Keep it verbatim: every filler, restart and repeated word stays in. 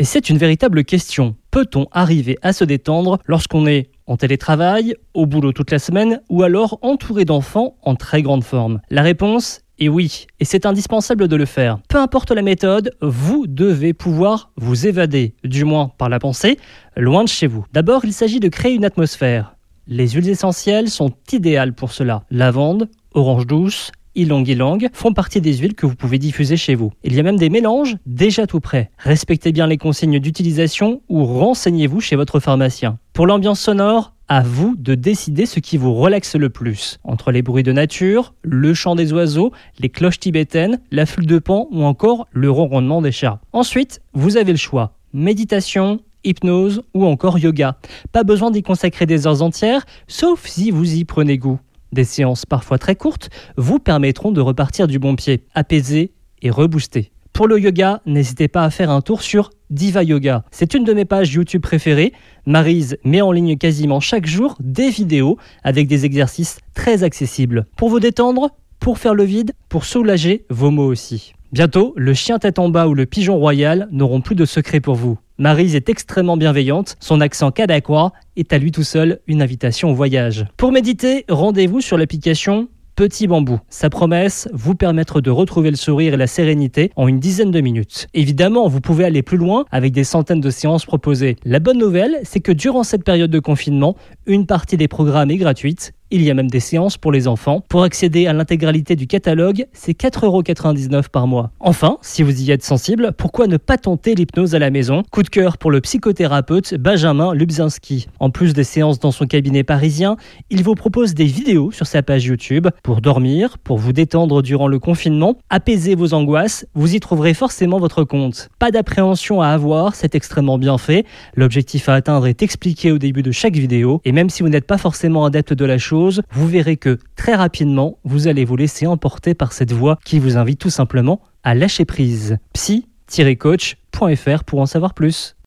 Et c'est une véritable question. Peut-on arriver à se détendre lorsqu'on est en télétravail, au boulot toute la semaine ou alors entouré d'enfants en très grande forme? La réponse est oui, et c'est indispensable de le faire. Peu importe la méthode, vous devez pouvoir vous évader, du moins par la pensée, loin de chez vous. D'abord, il s'agit de créer une atmosphère. Les huiles essentielles sont idéales pour cela. Lavande, orange douce, ylang-ylang font partie des huiles que vous pouvez diffuser chez vous. Il y a même des mélanges déjà tout prêts. Respectez bien les consignes d'utilisation ou renseignez-vous chez votre pharmacien. Pour l'ambiance sonore, à vous de décider ce qui vous relaxe le plus. Entre les bruits de nature, le chant des oiseaux, les cloches tibétaines, la flûte de Pan ou encore le ronronnement des chats. Ensuite, vous avez le choix. Méditation, hypnose ou encore yoga. Pas besoin d'y consacrer des heures entières, sauf si vous y prenez goût. Des séances parfois très courtes vous permettront de repartir du bon pied, apaisé et reboosté. Pour le yoga, n'hésitez pas à faire un tour sur Diva Yoga. C'est une de mes pages YouTube préférées. Maryse met en ligne quasiment chaque jour des vidéos avec des exercices très accessibles. Pour vous détendre, pour faire le vide, pour soulager vos maux aussi. Bientôt, le chien tête en bas ou le pigeon royal n'auront plus de secret pour vous. Maryse est extrêmement bienveillante, son accent québécois est à lui tout seul une invitation au voyage. Pour méditer, rendez-vous sur l'application Petit Bambou. Sa promesse, vous permettre de retrouver le sourire et la sérénité en une dizaine de minutes. Évidemment, vous pouvez aller plus loin avec des centaines de séances proposées. La bonne nouvelle, c'est que durant cette période de confinement, une partie des programmes est gratuite. Il y a même des séances pour les enfants. Pour accéder à l'intégralité du catalogue, c'est quatre euros quatre-vingt-dix-neuf par mois. Enfin, si vous y êtes sensible, pourquoi ne pas tenter l'hypnose à la maison? Coup de cœur pour le psychothérapeute Benjamin Lubzinski. En plus des séances dans son cabinet parisien, il vous propose des vidéos sur sa page YouTube pour dormir, pour vous détendre durant le confinement, apaiser vos angoisses, vous y trouverez forcément votre compte. Pas d'appréhension à avoir, c'est extrêmement bien fait. L'objectif à atteindre est expliqué au début de chaque vidéo et même si vous n'êtes pas forcément adepte de la chose, vous verrez que très rapidement, vous allez vous laisser emporter par cette voix qui vous invite tout simplement à lâcher prise. psy tiret coach point f r pour en savoir plus.